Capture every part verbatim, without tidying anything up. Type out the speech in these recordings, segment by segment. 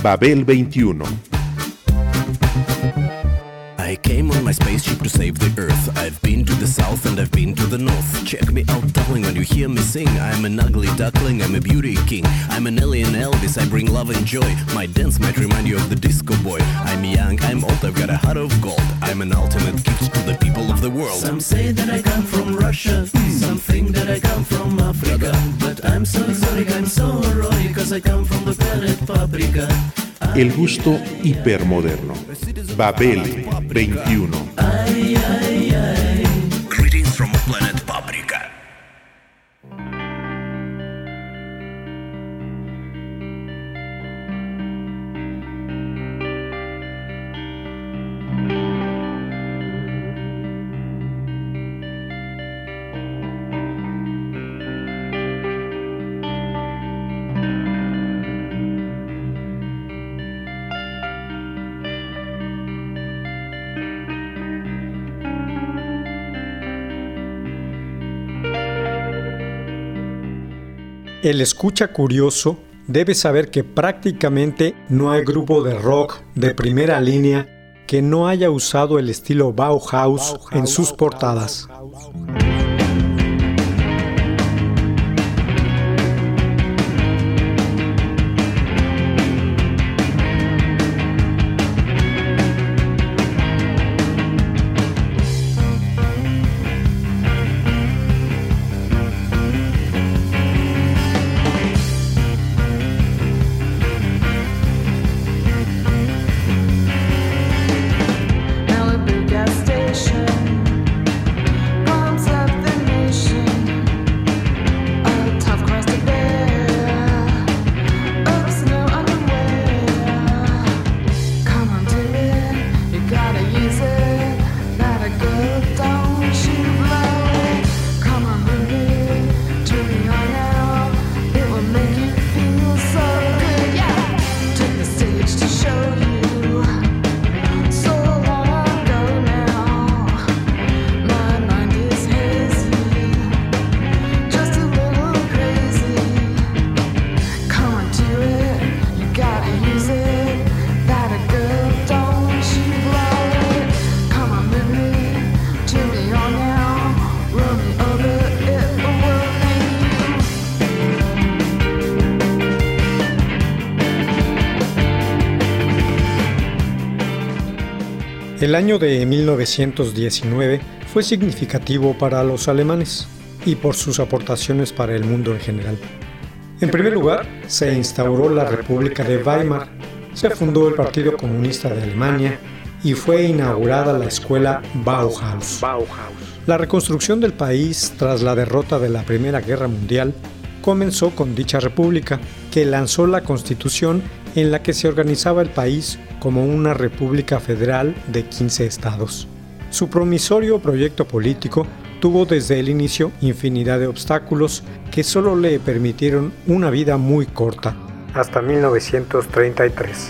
Babel veintiuno. I came on my spaceship to save the earth. I've been to the south and I've been to the north. Check me out, darling, when you hear me sing. I'm an ugly duckling, I'm a beauty king. I'm an alien Elvis, I bring love and joy. My dance might remind you of the disco boy. I'm young, I'm old, I've got a heart of gold. I'm an ultimate gift to the people of the world. Some say that I come from Russia, some think that I come from Africa. But I'm so exotic, I'm so heroic, cause I come from the planet Paprika. El gusto hipermoderno. Babel veintiuno. Ay, ay, ay. Greetings from planet Paprika. El escucha curioso debe saber que prácticamente no hay grupo de rock de primera línea que no haya usado el estilo Bauhaus en sus portadas. El año de mil novecientos diecinueve fue significativo para los alemanes y por sus aportaciones para el mundo en general. En primer lugar, se instauró la República de Weimar, se fundó el Partido Comunista de Alemania y fue inaugurada la escuela Bauhaus. La reconstrucción del país tras la derrota de la Primera Guerra Mundial comenzó con dicha república, que lanzó la Constitución en la que se organizaba el país como una república federal de quince estados. Su promisorio proyecto político tuvo desde el inicio infinidad de obstáculos que solo le permitieron una vida muy corta, hasta mil novecientos treinta y tres.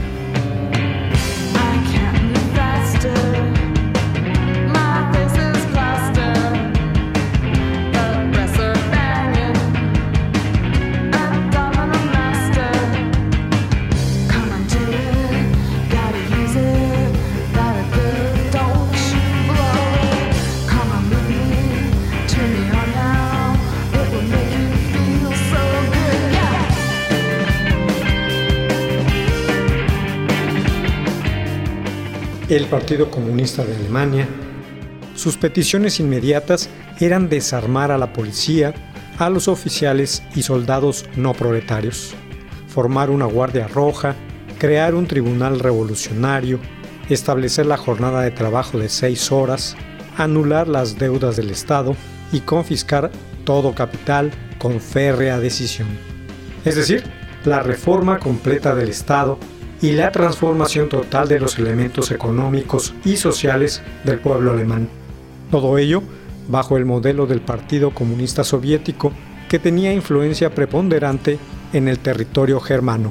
El Partido Comunista de Alemania. Sus peticiones inmediatas eran desarmar a la policía, a los oficiales y soldados no proletarios, formar una guardia roja, crear un tribunal revolucionario, establecer la jornada de trabajo de seis horas, anular las deudas del Estado y confiscar todo capital con férrea decisión. Es decir, la reforma completa del Estado y la transformación total de los elementos económicos y sociales del pueblo alemán. Todo ello bajo el modelo del Partido Comunista Soviético, que tenía influencia preponderante en el territorio germano.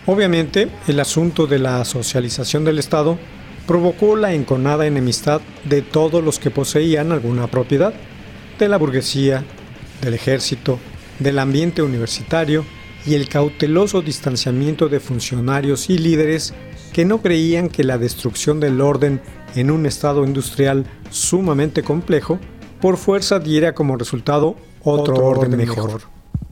Obviamente, el asunto de la socialización del Estado provocó la enconada enemistad de todos los que poseían alguna propiedad, de la burguesía, del ejército, del ambiente universitario y el cauteloso distanciamiento de funcionarios y líderes que no creían que la destrucción del orden en un estado industrial sumamente complejo por fuerza diera como resultado otro, otro orden, orden mejor. mejor.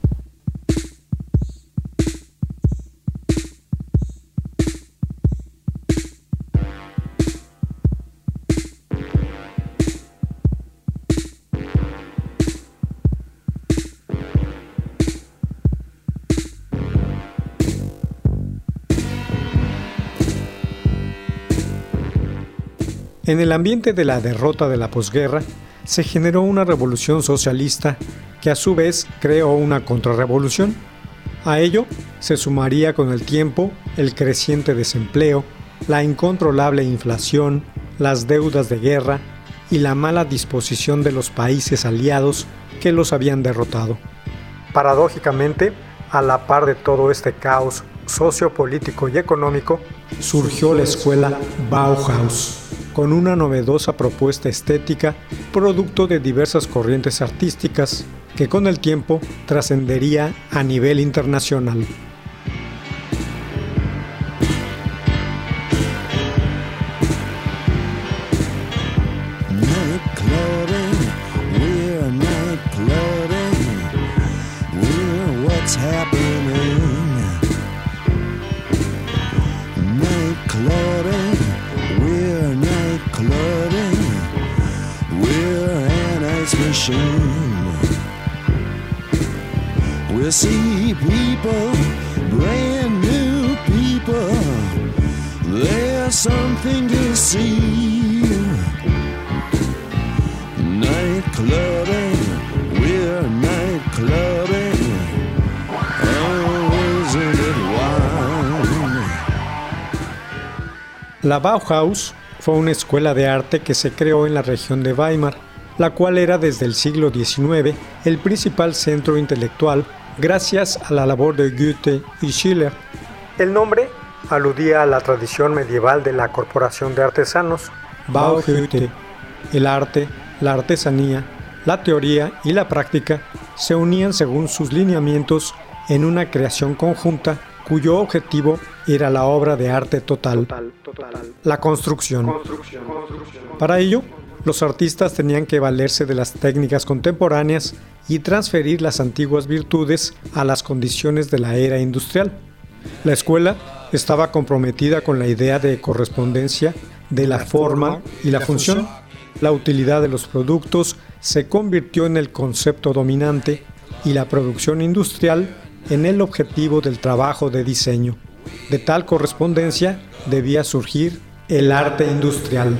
En el ambiente de la derrota de la posguerra, se generó una revolución socialista que a su vez creó una contrarrevolución. A ello se sumaría con el tiempo el creciente desempleo, la incontrolable inflación, las deudas de guerra y la mala disposición de los países aliados que los habían derrotado. Paradójicamente, a la par de todo este caos sociopolítico y económico, surgió la escuela Bauhaus, con una novedosa propuesta estética, producto de diversas corrientes artísticas, que con el tiempo trascendería a nivel internacional. We'll see people, brand new people. There's something to see. Night clubbing, we're night clubbing. Oh, isn't it wild? La Bauhaus fue una escuela de arte que se creó en la región de Weimar, la cual era desde el siglo diecinueve el principal centro intelectual gracias a la labor de Goethe y Schiller. El nombre aludía a la tradición medieval de la corporación de artesanos, Bauhütte. El arte, la artesanía, la teoría y la práctica se unían según sus lineamientos en una creación conjunta cuyo objetivo era la obra de arte total, la construcción. Para ello, los artistas tenían que valerse de las técnicas contemporáneas y transferir las antiguas virtudes a las condiciones de la era industrial. La escuela estaba comprometida con la idea de correspondencia de la forma y la función. La utilidad de los productos se convirtió en el concepto dominante y la producción industrial en el objetivo del trabajo de diseño. De tal correspondencia debía surgir el arte industrial.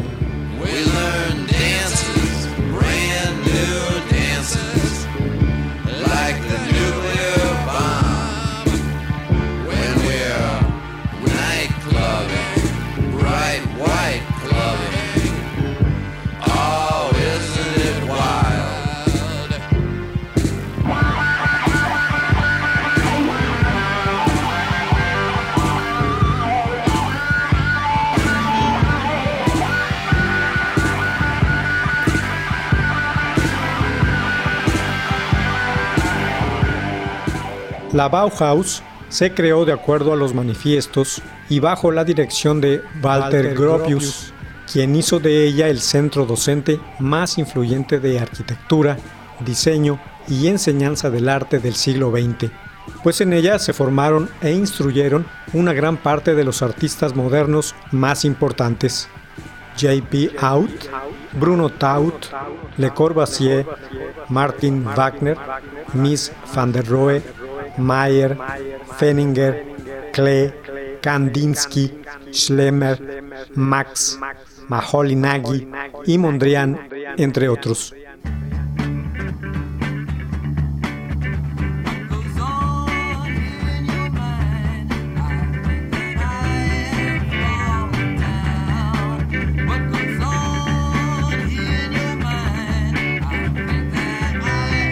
La Bauhaus se creó de acuerdo a los manifiestos y bajo la dirección de Walter Gropius, quien hizo de ella el centro docente más influyente de arquitectura, diseño y enseñanza del arte del siglo veinte, pues en ella se formaron e instruyeron una gran parte de los artistas modernos más importantes: J P Out, Bruno Taut, Le Corbusier, Martin Wagner, Mies van der Rohe, Mayer, Feininger, Klee, Kandinsky, Schlemmer, Max, Maholy-Nagy y Mondrian, entre otros.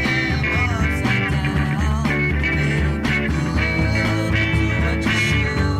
Should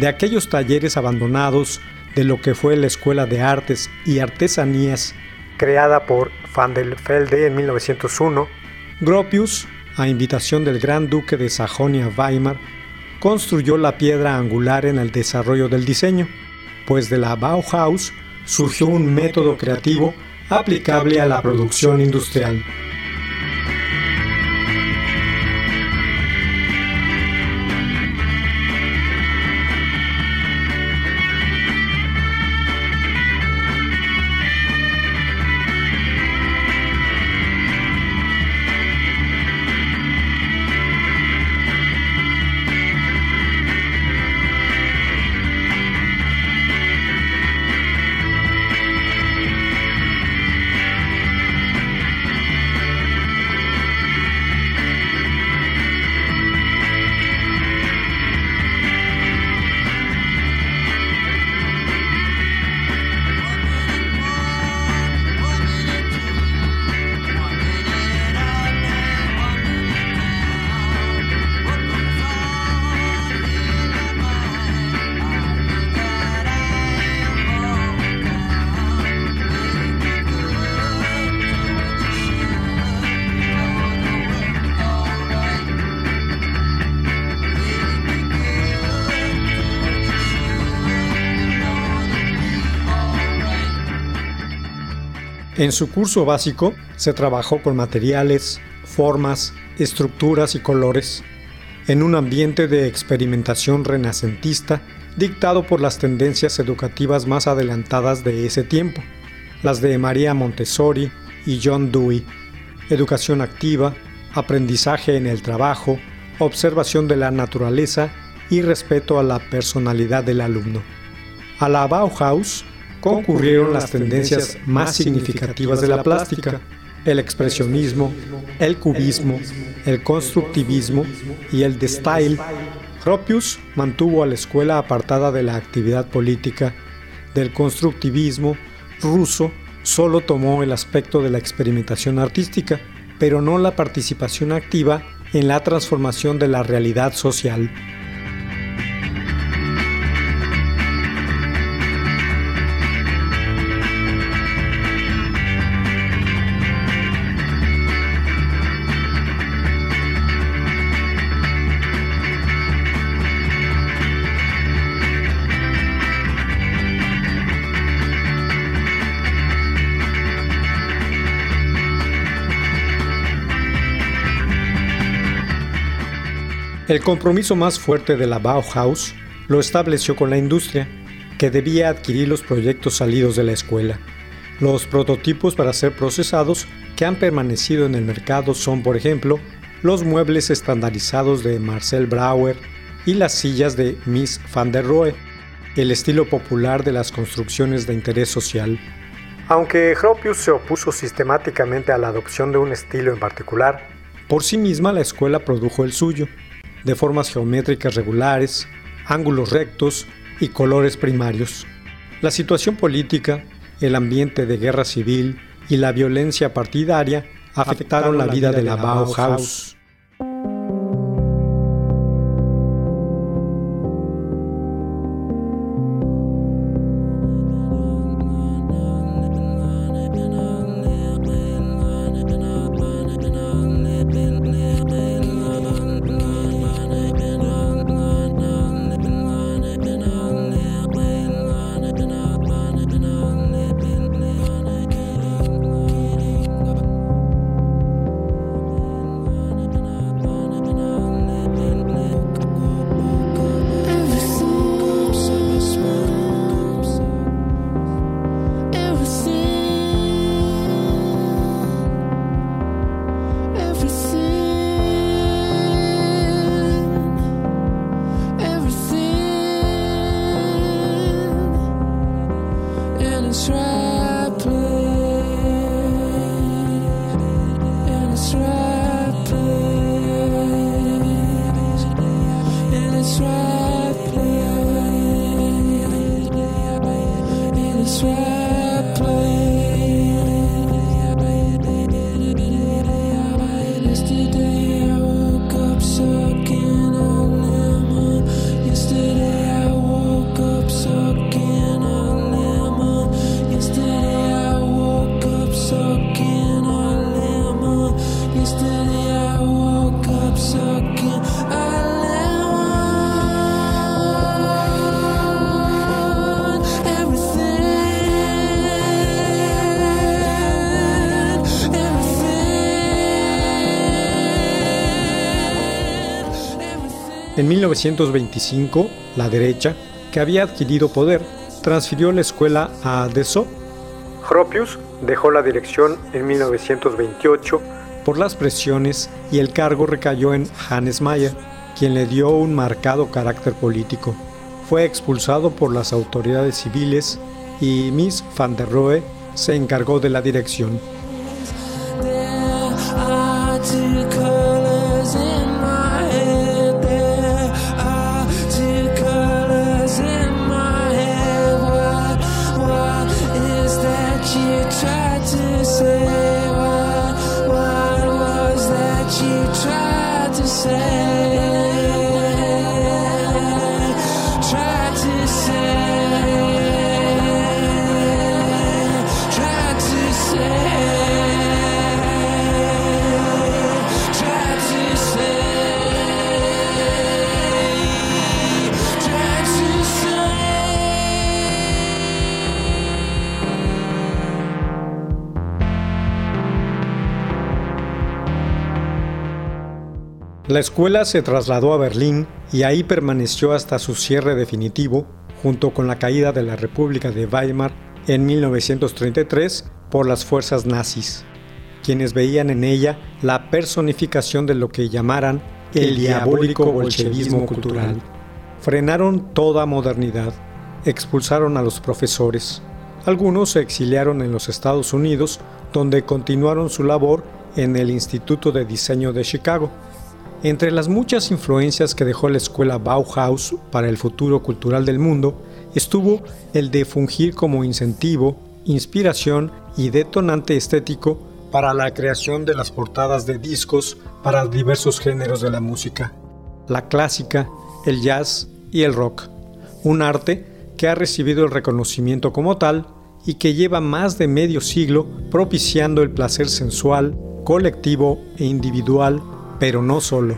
de aquellos talleres abandonados de lo que fue la Escuela de Artes y Artesanías creada por Van der Velde en mil novecientos uno, Gropius, a invitación del Gran Duque de Sajonia-Weimar, construyó la piedra angular en el desarrollo del diseño, pues de la Bauhaus surgió un método creativo aplicable a la producción industrial. En su curso básico se trabajó con materiales, formas, estructuras y colores, en un ambiente de experimentación renacentista dictado por las tendencias educativas más adelantadas de ese tiempo, las de María Montessori y John Dewey: educación activa, aprendizaje en el trabajo, observación de la naturaleza y respeto a la personalidad del alumno. A la Bauhaus concurrieron las tendencias más significativas de la plástica, el expresionismo, el cubismo, el constructivismo y el de style. Gropius mantuvo a la escuela apartada de la actividad política. Del constructivismo ruso solo tomó el aspecto de la experimentación artística, pero no la participación activa en la transformación de la realidad social. El compromiso más fuerte de la Bauhaus lo estableció con la industria, que debía adquirir los proyectos salidos de la escuela. Los prototipos para ser procesados que han permanecido en el mercado son, por ejemplo, los muebles estandarizados de Marcel Brauer y las sillas de Mies van der Rohe, el estilo popular de las construcciones de interés social. Aunque Gropius se opuso sistemáticamente a la adopción de un estilo en particular, por sí misma la escuela produjo el suyo, de formas geométricas regulares, ángulos rectos y colores primarios. La situación política, el ambiente de guerra civil y la violencia partidaria afectaron la vida de la Bauhaus. En mil novecientos veinticinco, la derecha, que había adquirido poder, transfirió la escuela a Dessau. Gropius dejó la dirección en mil novecientos veintiocho por las presiones y el cargo recayó en Hannes Meyer, quien le dio un marcado carácter político. Fue expulsado por las autoridades civiles y Mies van der Rohe se encargó de la dirección. La escuela se trasladó a Berlín y ahí permaneció hasta su cierre definitivo, junto con la caída de la República de Weimar en mil novecientos treinta y tres por las fuerzas nazis, quienes veían en ella la personificación de lo que llamaran el diabólico bolchevismo cultural. Frenaron toda modernidad, expulsaron a los profesores. Algunos se exiliaron en los Estados Unidos, donde continuaron su labor en el Instituto de Diseño de Chicago. Entre las muchas influencias que dejó la escuela Bauhaus para el futuro cultural del mundo, estuvo el de fungir como incentivo, inspiración y detonante estético para la creación de las portadas de discos para diversos géneros de la música, la clásica, el jazz y el rock, un arte que ha recibido el reconocimiento como tal y que lleva más de medio siglo propiciando el placer sensual, colectivo e individual, pero no solo.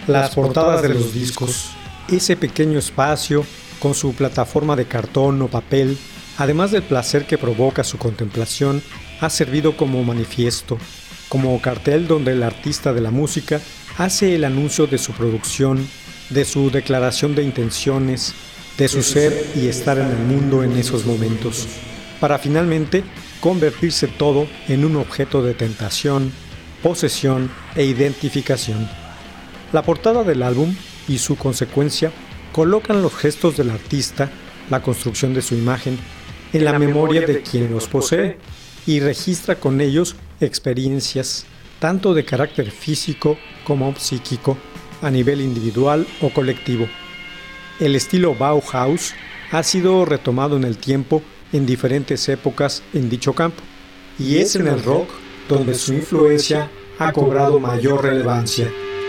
las portadas de los discos, ese pequeño espacio con su plataforma de cartón o papel, además del placer que provoca su contemplación, ha servido como manifiesto, como cartel donde el artista de la música hace el anuncio de su producción, de su declaración de intenciones, de su ser y estar en el mundo en esos momentos, para finalmente convertirse todo en un objeto de tentación, posesión e identificación. La portada del álbum y su consecuencia colocan los gestos del artista, la construcción de su imagen, en la memoria de quien los posee y registra con ellos experiencias, tanto de carácter físico como psíquico, a nivel individual o colectivo. El estilo Bauhaus ha sido retomado en el tiempo en diferentes épocas en dicho campo, y es en el rock donde su influencia ha cobrado mayor relevancia.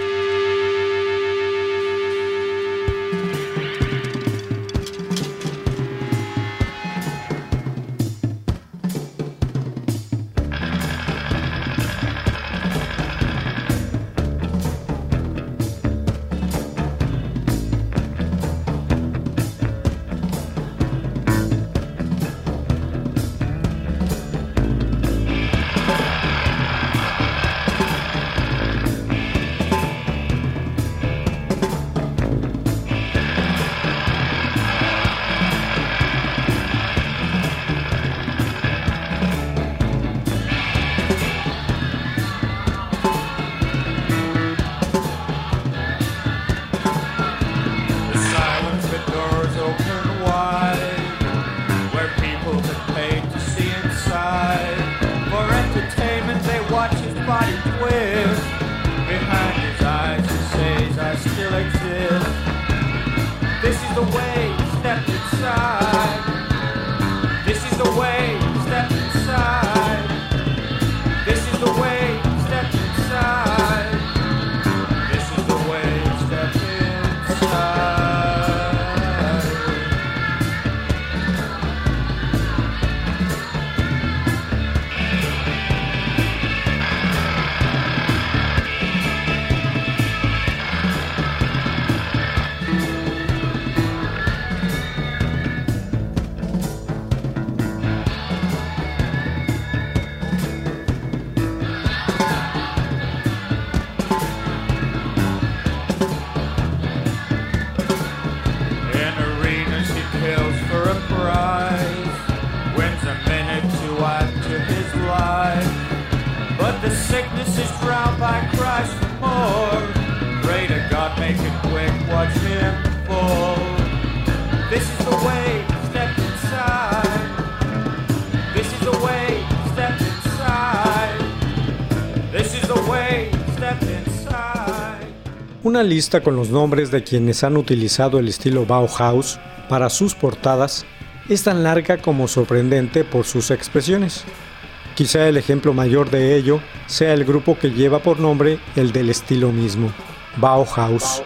Una lista con los nombres de quienes han utilizado el estilo Bauhaus para sus portadas es tan larga como sorprendente por sus expresiones. Quizá el ejemplo mayor de ello sea el grupo que lleva por nombre el del estilo mismo, Bauhaus,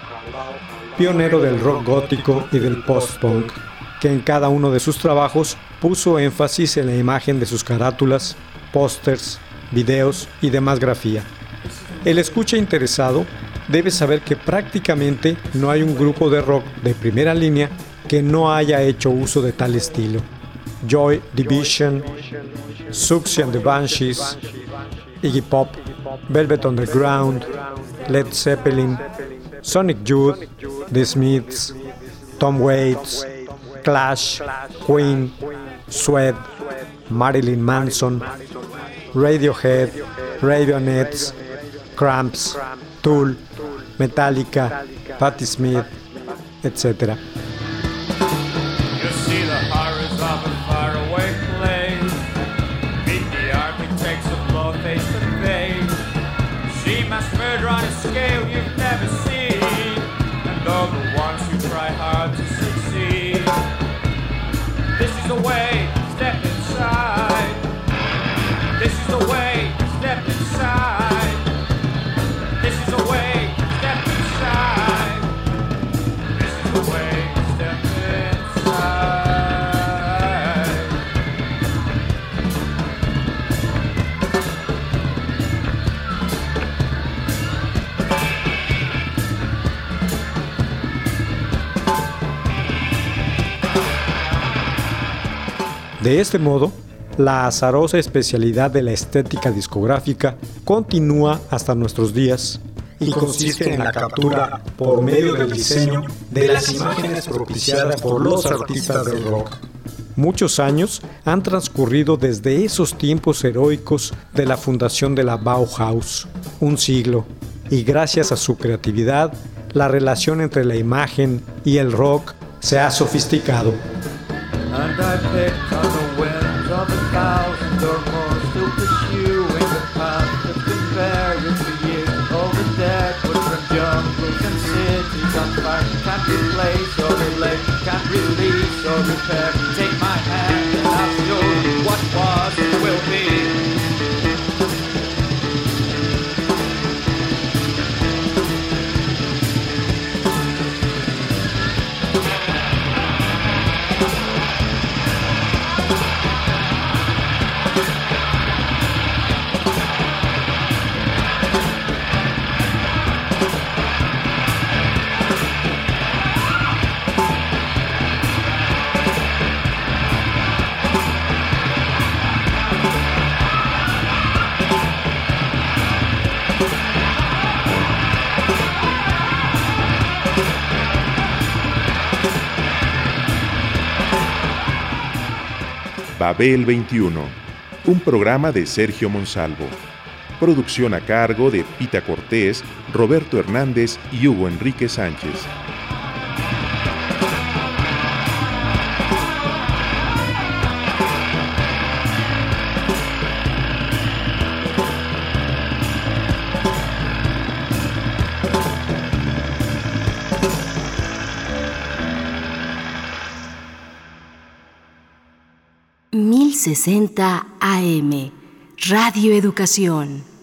pionero del rock gótico y del post-punk, que en cada uno de sus trabajos puso énfasis en la imagen de sus carátulas, pósters, videos y demás grafía. El escucha interesado debe saber que prácticamente no hay un grupo de rock de primera línea que no haya hecho uso de tal estilo. Joy Division, Siouxsie and the Banshees, Iggy Pop, Velvet Underground, Led Zeppelin, Sonic Youth, The Smiths, Tom Waits, Clash, Queen, Suede, Marilyn Manson, Radiohead, Radiohead, Cramps, Tool, Metallica, Patti Smith, etcétera. You see the horrors of a faraway place. Meet the architects of law face to face. See mass murder on a scale you've never seen, and all the ones who try hard to succeed. This is the way, step inside. This is the way, step inside. This is the way, step inside. This is the way, step inside. De este modo, la azarosa especialidad de la estética discográfica continúa hasta nuestros días y consiste en la captura, por medio del diseño, de las imágenes propiciadas por los artistas del rock. Muchos años han transcurrido desde esos tiempos heroicos de la fundación de la Bauhaus, un siglo, y gracias a su creatividad, la relación entre la imagen y el rock se ha sofisticado. And I picked on the winds of a thousand or more, still pursuing the path that's been buried for years. All the dead wood from jungles and cities on fire can't replace or relate, can't release or repair. Take my hand and I'll show you what was and will be. Babel veintiuno, un programa de Sergio Monsalvo. Producción a cargo de Pita Cortés, Roberto Hernández y Hugo Enrique Sánchez. mil sesenta A M, Radio Educación.